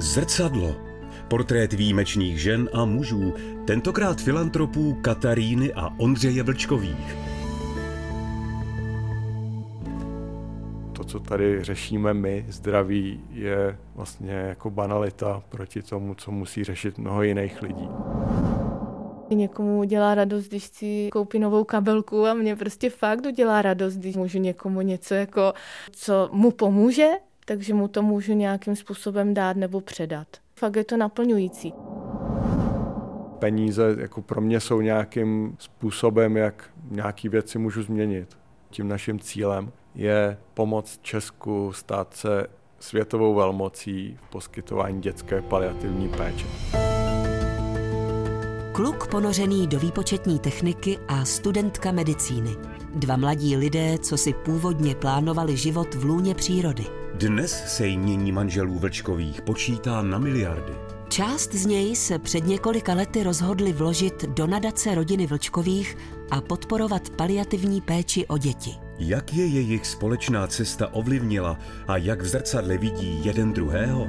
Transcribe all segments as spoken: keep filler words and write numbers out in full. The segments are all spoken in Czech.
Zrcadlo. Portrét výjimečných žen a mužů, tentokrát filantropů Kataríny a Ondřeje Vlčkových. To, co tady řešíme my, zdraví, je vlastně jako banalita proti tomu, co musí řešit mnoho jiných lidí. Někomu udělá radost, když si koupí novou kabelku, a mě prostě fakt udělá radost, když můžu někomu něco, jako, co mu pomůže, takže mu to můžu nějakým způsobem dát nebo předat. Fakt je to naplňující. Peníze jako pro mě jsou nějakým způsobem, jak nějaké věci můžu změnit. Tím naším cílem je pomoct Česku stát se světovou velmocí v poskytování dětské paliativní péče. Kluk ponořený do výpočetní techniky a studentka medicíny. Dva mladí lidé, co si původně plánovali život v lůně přírody. Dnes se jmění manželů Vlčkových počítá na miliardy. Část z něj se před několika lety rozhodli vložit do nadace rodiny Vlčkových a podporovat paliativní péči o děti. Jak je jejich společná cesta ovlivnila a jak v zrcadle vidí jeden druhého?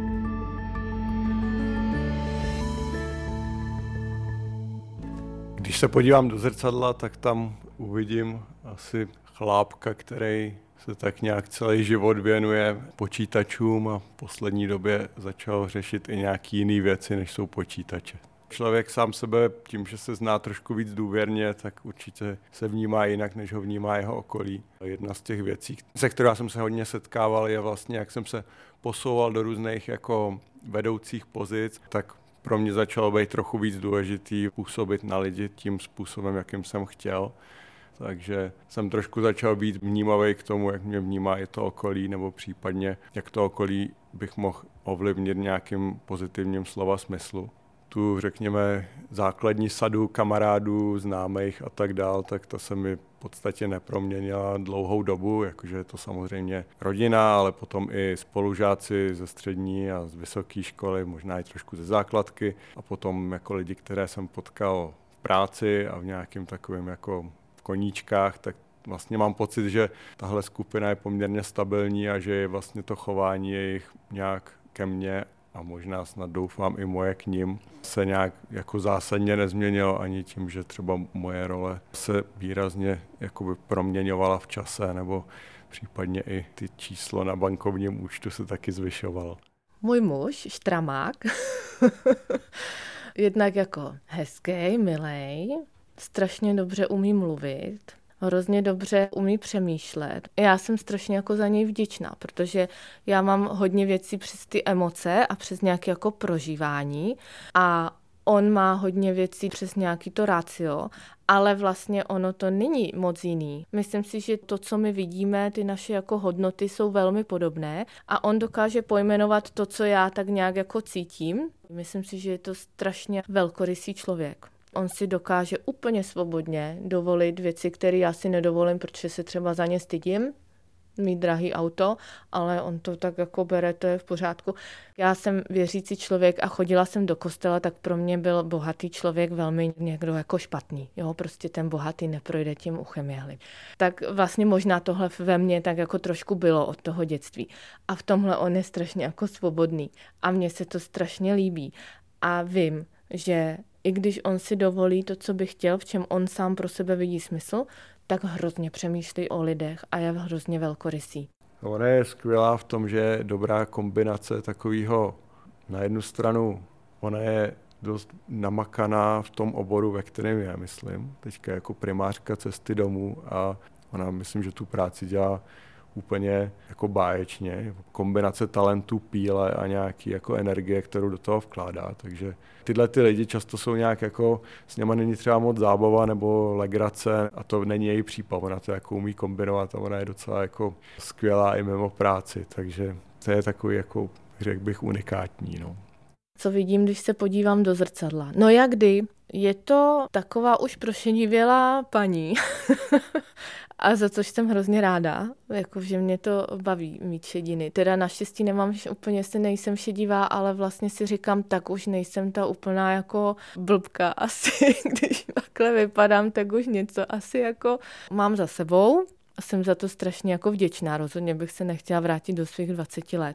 Když se podívám do zrcadla, tak tam uvidím asi chlápka, který se tak nějak celý život věnuje počítačům a v poslední době začal řešit i nějaké jiné věci, než jsou počítače. Člověk sám sebe, tím, že se zná trošku víc důvěrně, tak určitě se vnímá jinak, než ho vnímá jeho okolí. Jedna z těch věcí, se kterou jsem se hodně setkával, je vlastně, jak jsem se posouval do různých jako vedoucích pozic, tak pro mě začalo být trochu víc důležitý působit na lidi tím způsobem, jakým jsem chtěl. Takže jsem trošku začal být vnímavý k tomu, jak mě vnímá i to okolí, nebo případně, jak to okolí bych mohl ovlivnit nějakým pozitivním slova smyslu. Tu, řekněme, základní sadu kamarádů, známých a tak dál, tak to se mi v podstatě neproměnila dlouhou dobu, jakože je to samozřejmě rodina, ale potom i spolužáci ze střední a z vysoké školy, možná i trošku ze základky, a potom jako lidi, které jsem potkal v práci a v nějakým takovým jako koníčkách, tak vlastně mám pocit, že tahle skupina je poměrně stabilní a že je vlastně to chování jejich nějak ke mně a možná snad doufám i moje k nim se nějak jako zásadně nezměnilo ani tím, že třeba moje role se výrazně jakoby proměňovala v čase, nebo případně i ty číslo na bankovním účtu se taky zvyšovalo. Můj muž, štramák, jednak jako hezký, milej, strašně dobře umí mluvit, hrozně dobře umí přemýšlet. Já jsem strašně jako za něj vděčná, protože já mám hodně věcí přes ty emoce a přes nějaké jako prožívání a on má hodně věcí přes nějaký to ratio, ale vlastně ono to není moc jiný. Myslím si, že to, co my vidíme, ty naše jako hodnoty jsou velmi podobné a on dokáže pojmenovat to, co já tak nějak jako cítím. Myslím si, že je to strašně velkorysý člověk. On si dokáže úplně svobodně dovolit věci, které já si nedovolím, protože se třeba za ně stydím, mít drahý auto, ale on to tak jako bere, to je v pořádku. Já jsem věřící člověk a chodila jsem do kostela, tak pro mě byl bohatý člověk velmi někdo jako špatný. Jo, prostě ten bohatý neprojde tím uchem jehly. Tak vlastně možná tohle ve mně tak jako trošku bylo od toho dětství. A v tomhle on je strašně jako svobodný. A mně se to strašně líbí. A vím, že i když on si dovolí to, co by chtěl, v čem on sám pro sebe vidí smysl, tak hrozně přemýšlí o lidech a je hrozně velkorysý. Ona je skvělá v tom, že je dobrá kombinace takového, na jednu stranu ona je dost namakaná v tom oboru, ve kterém je, myslím, teďka jako primářka cesty domů a ona myslím, že tu práci dělá úplně jako báječně. Kombinace talentů, píle a nějaký jako energie, kterou do toho vkládá. Takže tyhle ty lidi často jsou nějak jako, s něma není třeba moc zábava nebo legrace a to není její případ. Ona to jako umí kombinovat a ona je docela jako skvělá i mimo práci. Takže to je takový jako, řekl bych, unikátní. No. Co vidím, když se podívám do zrcadla? No jak kdy? Je to taková už prošedivělá paní. A za což jsem hrozně ráda, jakože mě to baví mít šediny. Teda naštěstí nemám úplně, si nejsem šedivá, ale vlastně si říkám, tak už nejsem ta úplná jako blbka asi, když takhle vypadám, tak už něco asi jako mám za sebou a jsem za to strašně jako vděčná. Rozhodně bych se nechtěla vrátit do svých dvaceti let.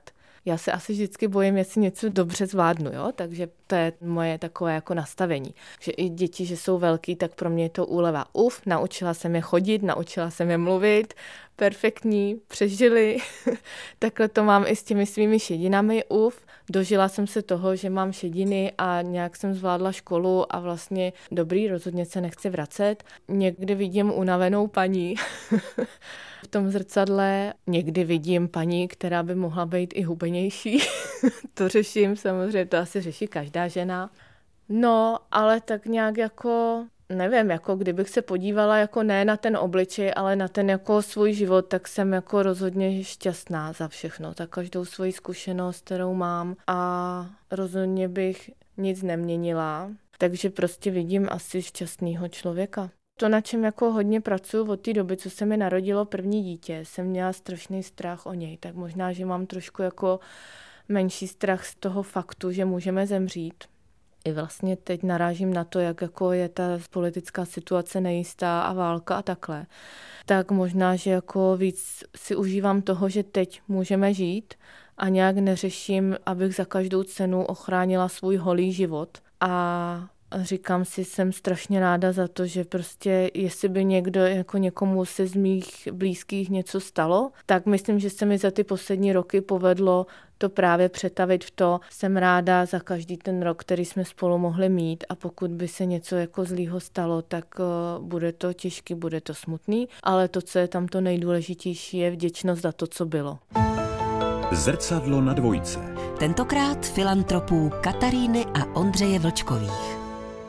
Já se asi vždycky bojím, jestli něco dobře zvládnu, jo? Takže to je moje takové jako nastavení. Že i děti, že jsou velký, tak pro mě je to úleva. Uf, naučila jsem je chodit, naučila jsem je mluvit, perfektní, přežili. Takhle to mám i s těmi svými šedinami, uf. Dožila jsem se toho, že mám šediny a nějak jsem zvládla školu a vlastně dobrý, rozhodně se nechci vracet. Někdy vidím unavenou paní v tom zrcadle, někdy vidím paní, která by mohla být i hubenější. To řeším samozřejmě, to asi řeší každá žena. No, ale tak nějak jako... Nevím, jako kdybych se podívala jako ne na ten obličej, ale na ten jako svůj život, tak jsem jako rozhodně šťastná za všechno, za každou svoji zkušenost, kterou mám a rozhodně bych nic neměnila. Takže prostě vidím asi šťastného člověka. To, na čem jako hodně pracuji od té doby, co se mi narodilo první dítě, jsem měla strašný strach o něj, tak možná, že mám trošku jako menší strach z toho faktu, že můžeme zemřít. I vlastně teď narážím na to, jak jako je ta politická situace nejistá a válka a takhle. Tak možná, že jako víc si užívám toho, že teď můžeme žít a nějak neřeším, abych za každou cenu ochránila svůj holý život. A říkám si, jsem strašně ráda za to, že prostě jestli by někdo, jako někomu se z mých blízkých něco stalo, tak myslím, že se mi za ty poslední roky povedlo to právě přetavit v to, jsem ráda za každý ten rok, který jsme spolu mohli mít a pokud by se něco jako zlýho stalo, tak uh, bude to těžký, bude to smutný, ale to, co je tam to nejdůležitější, je vděčnost za to, co bylo. Zrcadlo na dvojce. Tentokrát filantropů Kataríny a Ondřeje Vlčkových.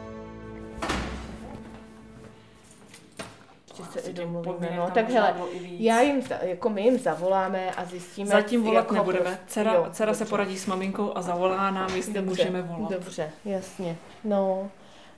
Se i domluvíme, no, tak hele, já jim, jako my jim zavoláme a zjistíme. Zatím volat jako nebudeme. Dcera, jo, dcera se poradí s maminkou a zavolá nám, jestli dobře, můžeme volat. Dobře, jasně. No,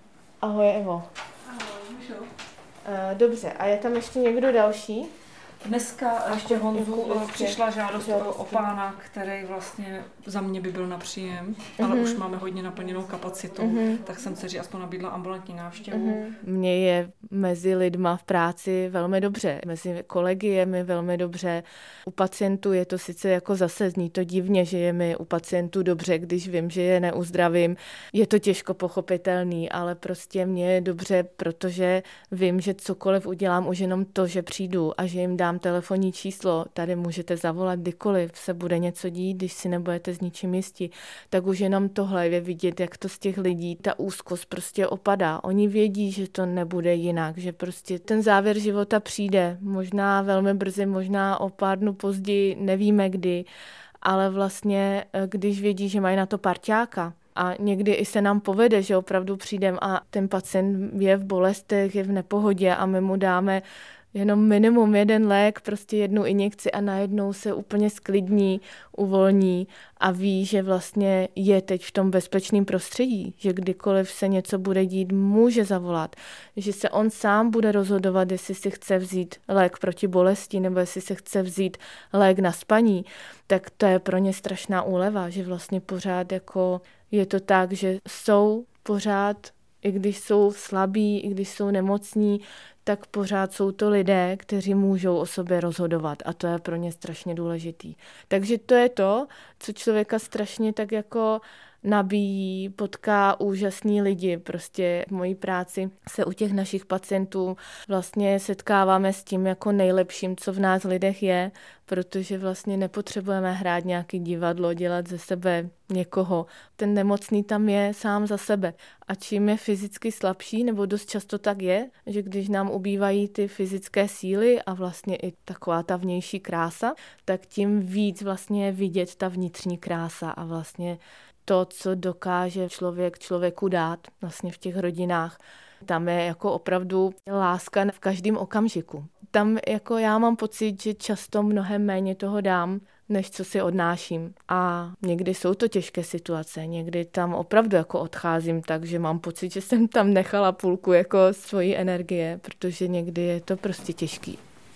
ahoj Evo. Ahoj, můžu. Uh, dobře, a je tam ještě někdo další? Dneska ještě Honzu ještě, přišla žádost žádost o pána, který vlastně za mě by byl na příjem, mm-hmm. ale už máme hodně naplněnou kapacitu, mm-hmm. tak jsem dceři aspoň nabídla ambulantní návštěvu. Mm-hmm. Mně je mezi lidma v práci velmi dobře, mezi kolegy je mi velmi dobře, u pacientů je to sice jako zase zní to divně, že je mi u pacientů dobře, když vím, že je neuzdravím, je to těžko pochopitelný, ale prostě mně je dobře, protože vím, že cokoliv udělám už jenom to, že přijdu a že jim dám telefonní číslo, tady můžete zavolat kdykoliv se bude něco dít, když si nebudete s ničím jistí, tak už jenom tohle je vidět, jak to z těch lidí, ta úzkost prostě opadá. Oni vědí, že to nebude jinak, že prostě ten závěr života přijde, možná velmi brzy, možná o pár dnů později, nevíme kdy, ale vlastně, když vědí, že mají na to parťáka, a někdy i se nám povede, že opravdu přijdeme a ten pacient je v bolestech, je v nepohodě a my mu dáme jenom minimum jeden lék, prostě jednu injekci a najednou se úplně sklidní, uvolní a ví, že vlastně je teď v tom bezpečném prostředí, že kdykoliv se něco bude dít, může zavolat, že se on sám bude rozhodovat, jestli si chce vzít lék proti bolesti nebo jestli se chce vzít lék na spaní, tak to je pro ně strašná úleva, že vlastně pořád jako je to tak, že jsou pořád, i když jsou slabí, i když jsou nemocní, tak pořád jsou to lidé, kteří můžou o sobě rozhodovat a to je pro ně strašně důležitý. Takže to je to, co člověka strašně tak jako nabíjí, potká úžasný lidi. Prostě v mojí práci se u těch našich pacientů vlastně setkáváme s tím jako nejlepším, co v nás lidech je, protože vlastně nepotřebujeme hrát nějaký divadlo, dělat ze sebe někoho. Ten nemocný tam je sám za sebe. A čím je fyzicky slabší, nebo dost často tak je, že když nám ubývají ty fyzické síly a vlastně i taková ta vnější krása, tak tím víc vlastně je vidět ta vnitřní krása a vlastně to, co dokáže člověk člověku dát vlastně v těch rodinách. Tam je jako opravdu láska v každém okamžiku. Tam jako já mám pocit, že často mnohem méně toho dám, než co si odnáším. A někdy jsou to těžké situace, někdy tam opravdu jako odcházím tak, že mám pocit, že jsem tam nechala půlku jako svojí energie, protože někdy je to prostě těžký.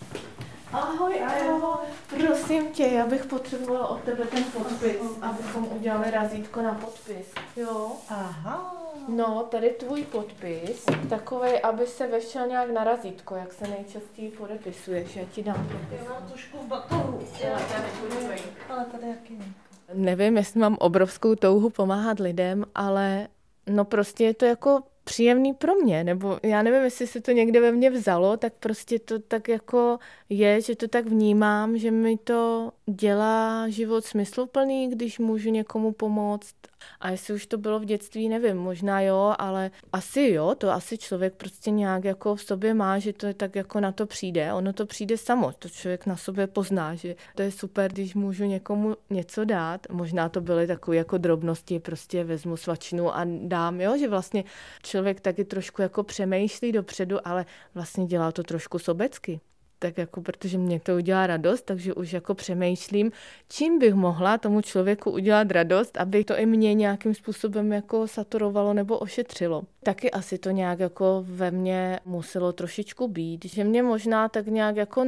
Ahoj, ahoj, prosím tě, já bych potřebovala od tebe ten podpis, abychom udělali razítko na podpis, jo? Aha. No, tady tvůj podpis, takovej, aby se vešel nějak na razítko, jak se nejčastěji podepisuješ, já ti dám podpis. Já mám trošku v batohu. Já tady podívej. Ale tady jaký ne. Nevím, jestli mám obrovskou touhu pomáhat lidem, ale no prostě je to jako příjemný pro mě, nebo já nevím, jestli se to někde ve mně vzalo, tak prostě to tak jako je, že to tak vnímám, že mi to dělá život smysluplný, když můžu někomu pomoct. A jestli už to bylo v dětství, nevím, možná jo, ale asi jo, to asi člověk prostě nějak jako v sobě má, že to je tak jako na to přijde. Ono to přijde samo, to člověk na sobě pozná, že to je super, když můžu někomu něco dát. Možná to byly takové jako drobnosti, prostě vezmu svačinu a dám, jo, že vlastně člověk taky trošku jako přemýšlí dopředu, ale vlastně dělá to trošku sobecky. Tak jako, protože mě to udělá radost, takže už jako přemýšlím, čím bych mohla tomu člověku udělat radost, aby to i mě nějakým způsobem jako saturovalo nebo ošetřilo. Taky asi to nějak jako ve mně muselo trošičku být, že mě možná tak nějak jako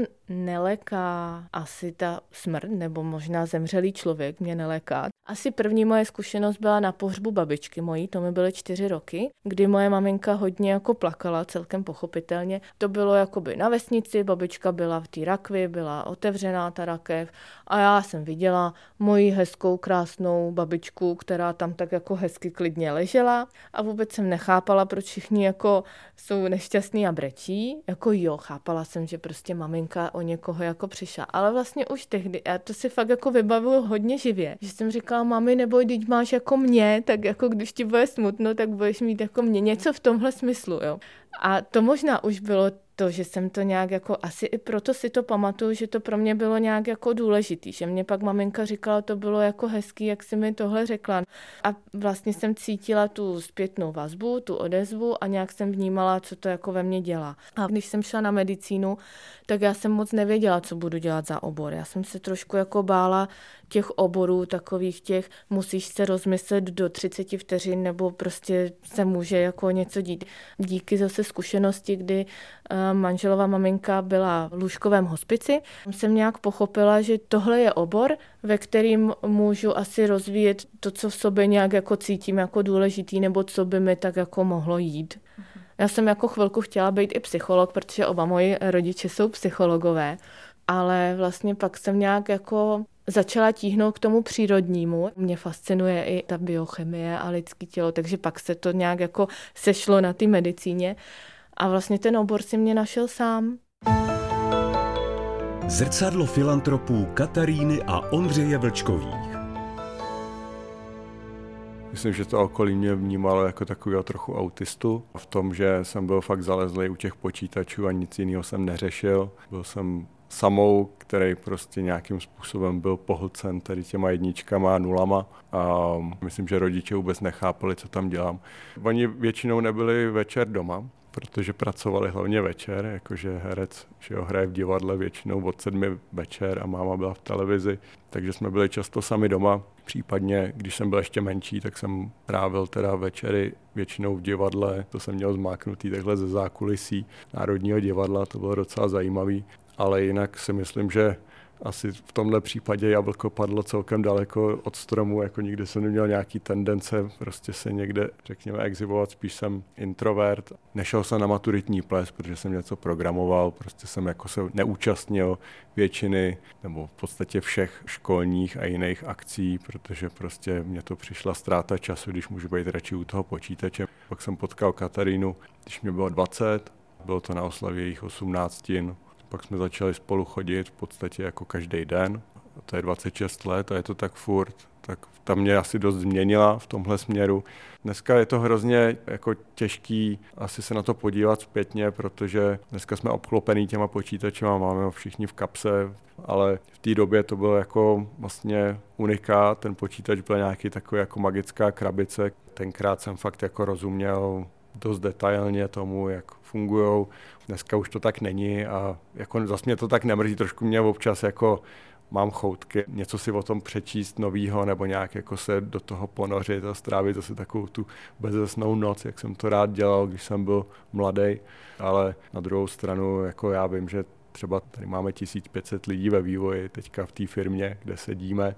neleká asi ta smrt, nebo možná zemřelý člověk mě neleká. Asi první moje zkušenost byla na pohřbu babičky mojí, to mi byly čtyři roky, kdy moje maminka hodně jako plakala, celkem pochopitelně. To bylo jakoby na vesnici, babička byla v té rakvi, byla otevřená ta rakev a já jsem viděla moji hezkou, krásnou babičku, která tam tak jako hezky klidně ležela a vůbec jsem nechápala, proč všichni jako jsou nešťastní a brečí. Jako jo, chápala jsem, že prostě maminka o někoho jako přišla, ale vlastně už tehdy, a to si fakt jako vybavuju hodně živě, že jsem říkala, mami, neboj, když máš jako mě, tak jako když ti bude smutno, tak budeš mít jako mě, něco v tomhle smyslu, jo. A to možná už bylo to, že jsem to nějak jako, asi i proto si to pamatuju, že to pro mě bylo nějak jako důležitý, že mě pak maminka říkala, to bylo jako hezký, jak si mi tohle řekla. A vlastně jsem cítila tu zpětnou vazbu, tu odezvu a nějak jsem vnímala, co to jako ve mně dělá. A když jsem šla na medicínu, tak já jsem moc nevěděla, co budu dělat za obor. Já jsem se trošku jako bála těch oborů, takových těch, musíš se rozmyslet do třicet vteřin, nebo prostě se může jako něco dít. Díky zase zkušenosti, kdy manželova maminka byla v lůžkovém hospici, jsem nějak pochopila, že tohle je obor, ve kterým můžu asi rozvíjet to, co v sobě nějak jako cítím jako důležitý, nebo co by mi tak jako mohlo jít. Já jsem jako chvilku chtěla být i psycholog, protože oba moji rodiče jsou psychologové, ale vlastně pak jsem nějak jako začala tíhnout k tomu přírodnímu. Mě fascinuje i ta biochemie a lidské tělo, takže pak se to nějak jako sešlo na té medicíně a vlastně ten obor si mě našel sám. Zrcadlo filantropů Kataríny a Ondřeje Vlčkových. Myslím, že to okolí mě vnímalo jako takového trochu autistu. V tom, že jsem byl fakt zalezlý u těch počítačů a nic jiného jsem neřešil. Byl jsem samou, který prostě nějakým způsobem byl pohlcen tady těma jedničkama a nulama a myslím, že rodiče vůbec nechápali, co tam dělám. Oni většinou nebyli večer doma, protože pracovali hlavně večer, jakože herec, že jo, hraje v divadle většinou od sedmi večer a máma byla v televizi, takže jsme byli často sami doma. Případně, když jsem byl ještě menší, tak jsem trávil teda večery většinou v divadle, to jsem měl zmáknutý takhle ze zákulisí Národního divadla, to bylo docela zajímavý, ale jinak si myslím, že asi v tomhle případě jablko padlo celkem daleko od stromu, jako nikdy jsem neměl nějaký tendence prostě se někde, řekněme, exhibovat, spíš jsem introvert. Nešel jsem na maturitní ples, protože jsem něco programoval, prostě jsem jako se neúčastnil většiny nebo v podstatě všech školních a jiných akcí, protože prostě mě to přišla ztráta času, když můžu být radši u toho počítače. Pak jsem potkal Katarínu, když mě bylo dvacet, bylo to na oslavě jejich osmnáctin. Pak jsme začali spolu chodit v podstatě jako každý den. To je dvacet šest let a je to tak furt. Tak ta mě asi dost změnila v tomhle směru. Dneska je to hrozně jako těžký asi se na to podívat zpětně, protože dneska jsme obklopený těma počítačema, máme ho všichni v kapse, ale v té době to bylo jako vlastně unikát. Ten počítač byl nějaký takový jako magická krabice. Tenkrát jsem fakt jako rozuměl dost detailně tomu, jak fungujou. Dneska už to tak není a jako zase mě to tak nemrzí, trošku mě občas jako mám choutky něco si o tom přečíst novýho nebo nějak jako se do toho ponořit a strávit zase takovou tu bezesnou noc, jak jsem to rád dělal, když jsem byl mladý, ale na druhou stranu jako já vím, že třeba tady máme tisíc pět set lidí ve vývoji teďka v té firmě, kde sedíme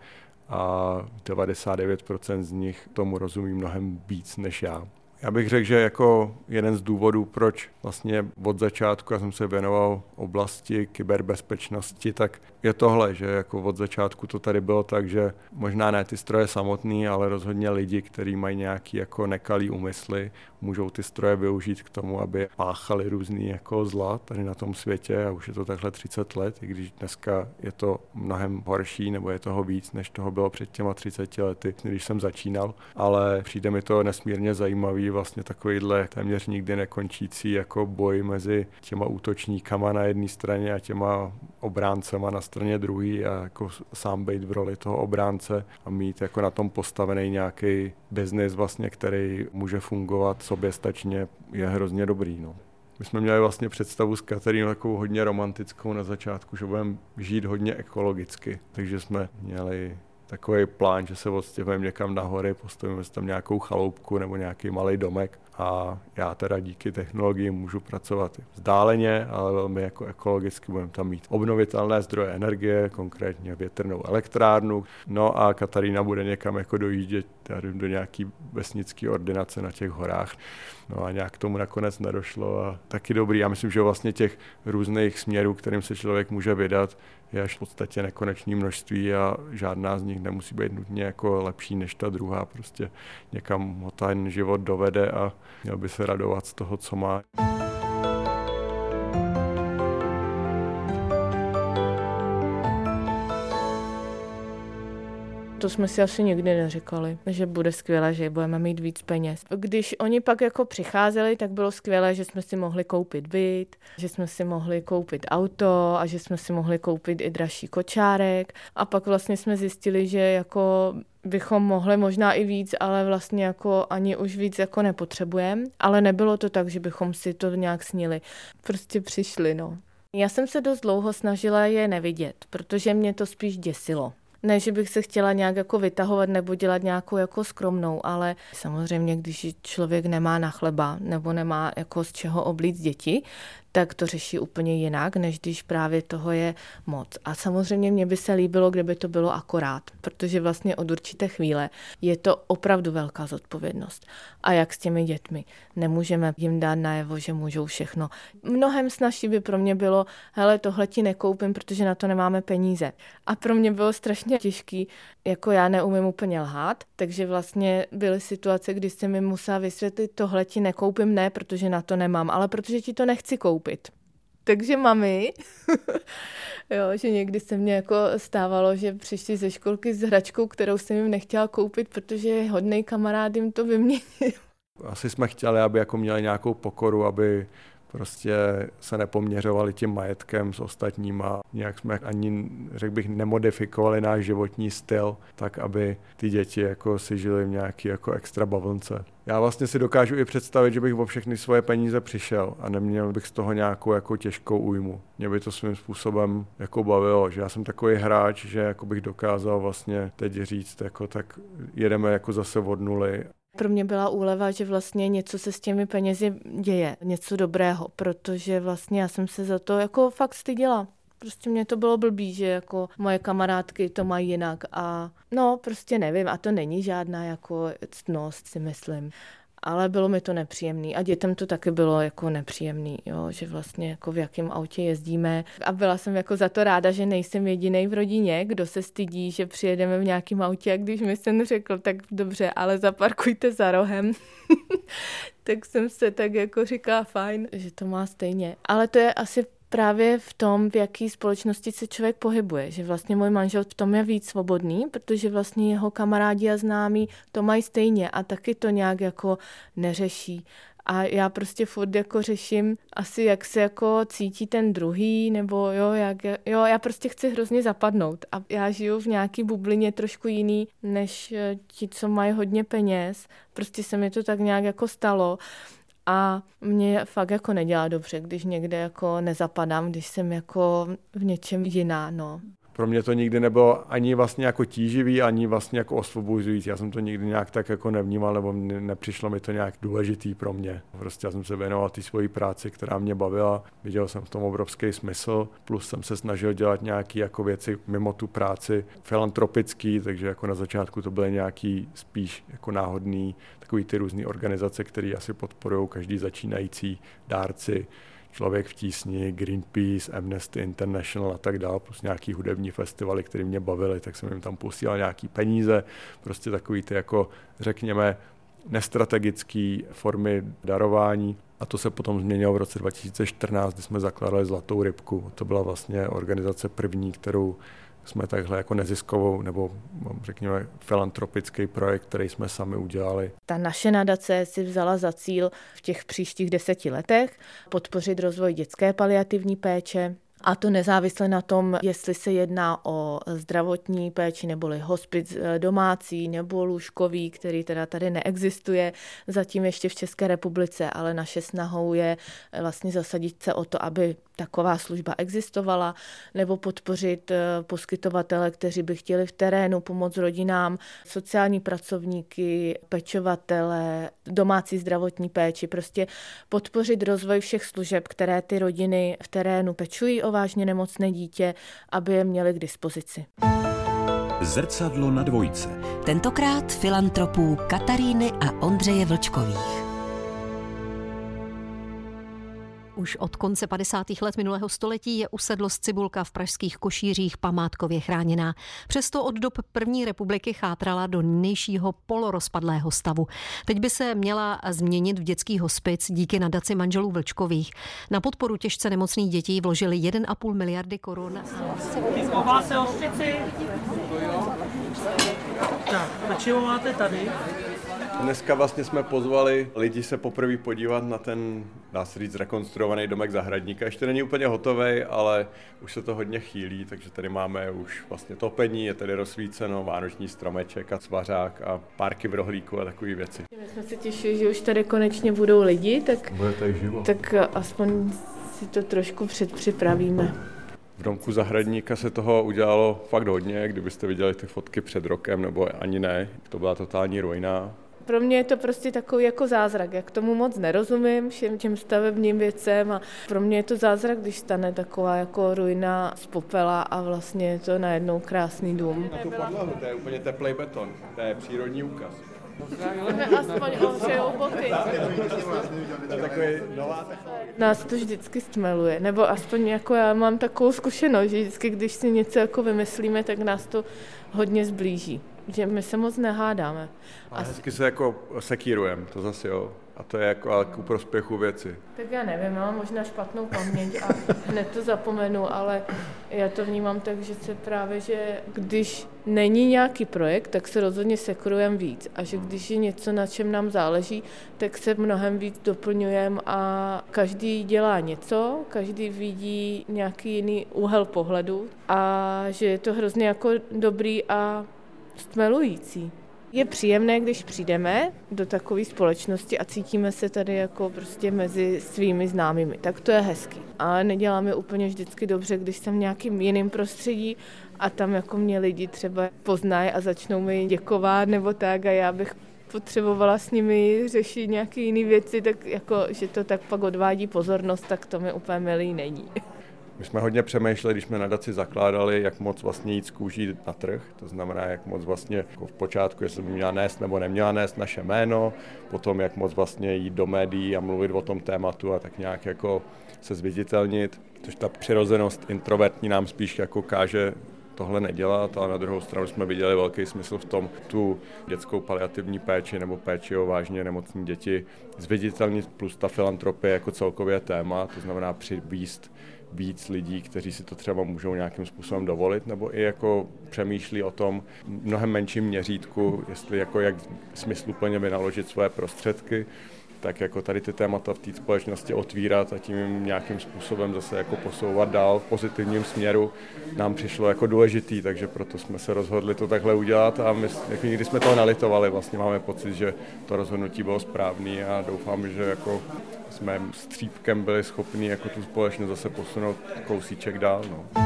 a devadesát devět procent z nich tomu rozumí mnohem víc než já. Já bych řekl, že jako jeden z důvodů, proč vlastně od začátku já jsem se věnoval oblasti kyberbezpečnosti, tak je tohle, že jako od začátku to tady bylo tak, že možná ne ty stroje samotný, ale rozhodně lidi, kteří mají nějaký jako nekalý úmysly, můžou ty stroje využít k tomu, aby páchali různý jako zla tady na tom světě a už je to takhle třicet let, i když dneska je to mnohem horší nebo je toho víc, než toho bylo před těma třiceti lety, když jsem začínal, ale přijde mi to nesmírně zajímavý, vlastně takovýhle téměř nikdy nekončící jako boj mezi těma útočníkama na jedné straně a těma obráncema na straně druhé a jako sám být v roli toho obránce a mít jako na tom postavený nějaký biznis vlastně, který může fungovat soběstačně, je hrozně dobrý. No. My jsme měli vlastně představu s Katarínou takovou hodně romantickou na začátku, že budeme žít hodně ekologicky, takže jsme měli takový plán, že se odstěhujeme někam na hory, postavíme si tam nějakou chaloupku nebo nějaký malý domek a já teda díky technologii můžu pracovat vzdáleně, ale velmi jako ekologicky. Budeme tam mít obnovitelné zdroje energie, konkrétně větrnou elektrárnu. No a Katarína bude někam jako dojíždět do nějaký vesnický ordinace na těch horách. No a nějak k tomu nakonec nedošlo a taky dobrý. Já myslím, že vlastně těch různých směrů, kterým se člověk může vydat, je až v podstatě nekonečné množství a žádná z nich nemusí být nutně jako lepší než ta druhá. Prostě někam ho ten život dovede a měl by se radovat z toho, co má. To jsme si asi nikdy neříkali, že bude skvělé, že budeme mít víc peněz. Když oni pak jako přicházeli, tak bylo skvělé, že jsme si mohli koupit byt, že jsme si mohli koupit auto a že jsme si mohli koupit i dražší kočárek. A pak vlastně jsme zjistili, že jako bychom mohli možná i víc, ale vlastně jako ani už víc jako nepotřebujeme. Ale nebylo to tak, že bychom si to nějak snili. Prostě přišli, no. Já jsem se dost dlouho snažila je nevidět, protože mě to spíš děsilo. Ne, že bych se chtěla nějak jako vytahovat nebo dělat nějakou jako skromnou, ale samozřejmě, když člověk nemá na chleba nebo nemá jako z čeho oblíct děti, tak to řeší úplně jinak, než když právě toho je moc. A samozřejmě mně by se líbilo, kdyby to bylo akorát, protože vlastně od určité chvíle je to opravdu velká zodpovědnost. A jak s těmi dětmi? Nemůžeme jim dát najevo, že můžou všechno. Mnohem snazší by pro mě bylo, hele, tohle ti nekoupím, protože na to nemáme peníze. A pro mě bylo strašně těžký, jako já neumím úplně lhát, takže vlastně byly situace, kdy jsem mi musela vysvětlit, tohle ti nekoupím, ne, protože na to nemám, ale protože ti to nechci koupit. Takže mami, jo, že někdy se mně jako stávalo, že přišli ze školky s hračkou, kterou jsem jim nechtěla koupit, protože hodnej kamarád jim to vyměnil. Asi jsme chtěli, aby jako měli nějakou pokoru, aby prostě se nepoměřovali tím majetkem s ostatníma. Nějak jsme ani, řekl bych, nemodifikovali náš životní styl, tak aby ty děti jako si žili v nějaký jako extra bavlnce. Já vlastně si dokážu i představit, že bych o všechny svoje peníze přišel a neměl bych z toho nějakou jako těžkou újmu. Mě by to svým způsobem jako bavilo, že já jsem takový hráč, že jako bych dokázal vlastně teď říct, jako tak jedeme jako zase od nuly. Pro mě byla úleva, že vlastně něco se s těmi penězi děje, něco dobrého, protože vlastně já jsem se za to jako fakt styděla. Prostě mě to bylo blbý, že jako moje kamarádky to mají jinak a no prostě nevím a to není žádná jako ctnost, si myslím. Ale bylo mi to nepříjemný a dětem to taky bylo jako nepříjemný, jo, že vlastně jako v jakém autě jezdíme a byla jsem jako za to ráda, že nejsem jedinej v rodině, kdo se stydí, že přijedeme v nějakém autě a když mi jsem řekl, tak dobře, ale zaparkujte za rohem. Tak jsem se tak jako říkala fajn, že to má stejně. Ale to je asi právě v tom, v jaký společnosti se člověk pohybuje, že vlastně můj manžel v tom je víc svobodný, protože vlastně jeho kamarádi a známí to mají stejně a taky to nějak jako neřeší. A já prostě furt jako řeším asi, jak se jako cítí ten druhý, nebo jo, jak, jo, já prostě chci hrozně zapadnout. A já žiju v nějaký bublině trošku jiný, než ti, co mají hodně peněz. Prostě se mi to tak nějak jako stalo. A mě fakt jako nedělá dobře, když někde jako nezapadám, když jsem jako v něčem jiná, no. Pro mě to nikdy nebylo ani vlastně jako tíživý, ani vlastně jako osvobozující. Já jsem to nikdy nějak tak jako nevnímal, nebo nepřišlo mi to nějak důležitý pro mě. Prostě já jsem se věnoval té svojí práci, která mě bavila. Viděl jsem v tom obrovský smysl, plus jsem se snažil dělat nějaké jako věci mimo tu práci filantropický, takže jako na začátku to byly nějaký spíš jako náhodný, takový ty různý organizace, které asi podporují každý začínající dárci. Člověk v tísni, Greenpeace, Amnesty International a tak dále, plus nějaký hudební festivaly, které mě bavily, tak jsem jim tam posílal nějaký peníze, prostě takový ty jako, řekněme, nestrategické formy darování. A to se potom změnilo v roce dva tisíce čtrnáct, kdy jsme zakládali Zlatou rybku. To byla vlastně organizace první, kterou jsme takhle jako neziskovou nebo řekněme filantropický projekt, který jsme sami udělali. Ta naše nadace si vzala za cíl v těch příštích deseti letech podpořit rozvoj dětské paliativní péče, a to nezávisle na tom, jestli se jedná o zdravotní péči neboli hospic domácí nebo lůžkový, který teda tady neexistuje zatím ještě v České republice, ale naše snahou je vlastně zasadit se o to, aby taková služba existovala, nebo podpořit poskytovatele, kteří by chtěli v terénu pomoct rodinám, sociální pracovníky, pečovatele, domácí zdravotní péči, prostě podpořit rozvoj všech služeb, které ty rodiny v terénu pečují o vážně nemocné dítě, aby je měli k dispozici. Zrcadlo na dvojce. Tentokrát filantropů Kataríny a Ondřeje Vlčkových. Už od konce padesátých let minulého století je usedlost Cibulka v pražských Košířích památkově chráněná. Přesto od dob první republiky chátrala do nynějšího polorozpadlého stavu. Teď by se měla změnit v dětský hospic díky nadaci manželů Vlčkových. Na podporu těžce nemocných dětí vložili jedna a půl miliardy korun. Tak, pečivo máte tady. Dneska vlastně jsme pozvali lidi se poprvé podívat na ten, dá se říct, rekonstruovaný domek zahradníka. Ještě není úplně hotovej, ale už se to hodně chýlí, takže tady máme už vlastně topení, je tady rozsvíceno, vánoční stromeček a svařák a párky v rohlíku a takové věci. My jsme se těšili, že už tady konečně budou lidi, tak, Bude tady živo. tak aspoň si to trošku předpřipravíme. V domku zahradníka se toho udělalo fakt hodně, kdybyste viděli ty fotky před rokem, nebo ani ne, to byla totální ruina. Pro mě je to prostě takový jako zázrak. Já k tomu moc nerozumím, všem těm stavebním věcem a pro mě je to zázrak, když stane taková jako ruina z popela a vlastně je to najednou krásný dům. Na tu podlahu, to je úplně teplej beton, to je přírodní úkaz. Aspoň ohřejou boty. To je takový nová technologie. Nás to vždycky stmeluje, nebo aspoň jako já mám takovou zkušenost, že vždycky, když si něco jako vymyslíme, tak nás to hodně zblíží. Že my se moc nehádáme. A hezky se jako sekírujeme, to zase jo. A to je jako ale ku prospěchu věci. Tak já nevím, mám možná špatnou paměť a hned to zapomenu, ale já to vnímám tak, že se právě, že když není nějaký projekt, tak se rozhodně sekurujeme víc. A že když je něco, na čem nám záleží, tak se mnohem víc doplňujeme a každý dělá něco, každý vidí nějaký jiný úhel pohledu a že je to hrozně jako dobrý a stmelující. Je příjemné, když přijdeme do takové společnosti a cítíme se tady jako prostě mezi svými známými. Tak to je hezký. Ale neděláme úplně vždycky dobře, když jsem v nějakým jiným prostředí a tam jako mě lidi třeba poznají a začnou mi děkovat nebo tak a já bych potřebovala s nimi řešit nějaké jiné věci, tak jako, že to tak pak odvádí pozornost, tak to mi úplně milý není. My jsme hodně přemýšleli, když jsme nadaci zakládali, jak moc vlastně jít z kůží na trh. To znamená, jak moc vlastně jako v počátku, jestli by měla nést nebo neměla nést naše jméno, potom jak moc vlastně jít do médií a mluvit o tom tématu a tak nějak jako se zviditelnit. Což ta přirozenost introvertní nám spíš jako káže tohle nedělat, ale na druhou stranu jsme viděli velký smysl v tom tu dětskou paliativní péči nebo péči o vážně nemocné děti zviditelnit plus ta filantropie jako celkově téma, to znamená přivést víc lidí, kteří si to třeba můžou nějakým způsobem dovolit, nebo i jako přemýšlí o tom mnohem menším měřítku, jestli jako jak smysluplně vynaložit svoje prostředky, tak jako tady ty témata v té společnosti otvírat a tím jim nějakým způsobem zase jako posouvat dál v pozitivním směru nám přišlo jako důležitý, takže proto jsme se rozhodli to takhle udělat a my, jako nikdy jsme toho nalitovali, vlastně máme pocit, že to rozhodnutí bylo správné a doufám, že jako jsme střípkem byli schopni jako tu společnost zase posunout kousíček dál. No.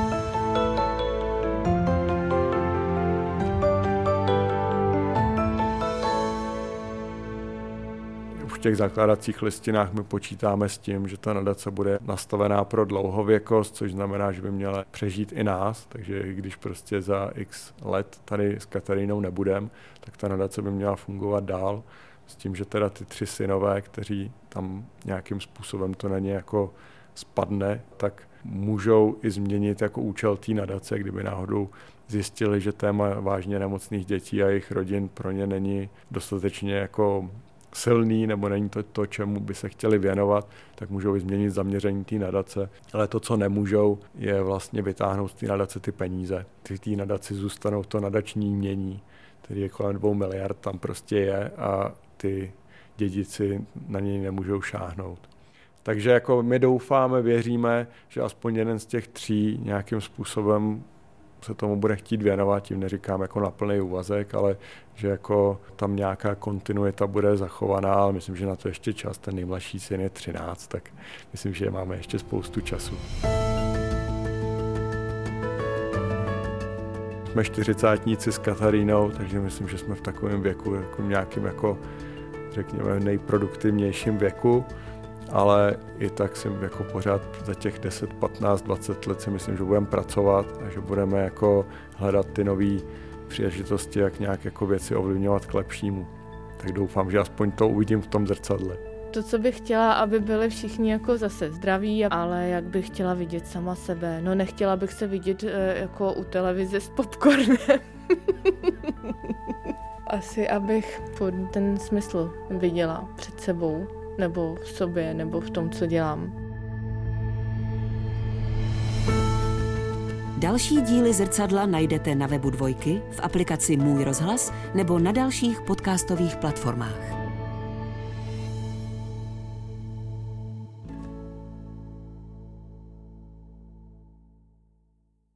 V těch zakládacích listinách my počítáme s tím, že ta nadace bude nastavená pro dlouhověkost, což znamená, že by měla přežít i nás, takže i když prostě za x let tady s Katarínou nebudem, tak ta nadace by měla fungovat dál. S tím, že teda ty tři synové, kteří tam nějakým způsobem to na ně jako spadne, tak můžou i změnit jako účel té nadace, kdyby náhodou zjistili, že téma vážně nemocných dětí a jejich rodin pro ně není dostatečně jako silný, nebo není to to, čemu by se chtěli věnovat, tak můžou i změnit zaměření té nadace. Ale to, co nemůžou, je vlastně vytáhnout z té nadace ty peníze. Ty té nadaci zůstanou to nadační jmění, který je kolem dvou miliard, tam prostě je a ty dědici na něj nemůžou šáhnout. Takže jako my doufáme, věříme, že aspoň jeden z těch tří nějakým způsobem se tomu bude chtít věnovat, tím neříkám jako na plný úvazek, ale že jako tam nějaká kontinuita bude zachovaná, ale myslím, že na to ještě čas, ten nejmladší syn je třináct, tak myslím, že máme ještě spoustu času. Jsme čtyřicátníci s Katarínou, takže myslím, že jsme v takovém věku, jako nějakým jako, řekněme, nejproduktivnějším věku, ale i tak si jako pořád za těch deset, patnáct, dvacet let si myslím, že budeme pracovat a že budeme jako hledat ty nové příležitosti, jak nějak jako věci ovlivňovat k lepšímu. Tak doufám, že aspoň to uvidím v tom zrcadle. To, co bych chtěla, aby byli všichni jako zase zdraví, ale jak bych chtěla vidět sama sebe. No nechtěla bych se vidět jako u televize s popcornem. Asi, abych ten smysl viděla před sebou, nebo v sobě, nebo v tom, co dělám. Další díly Zrcadla najdete na webu Dvojky, v aplikaci Můj rozhlas nebo na dalších podcastových platformách.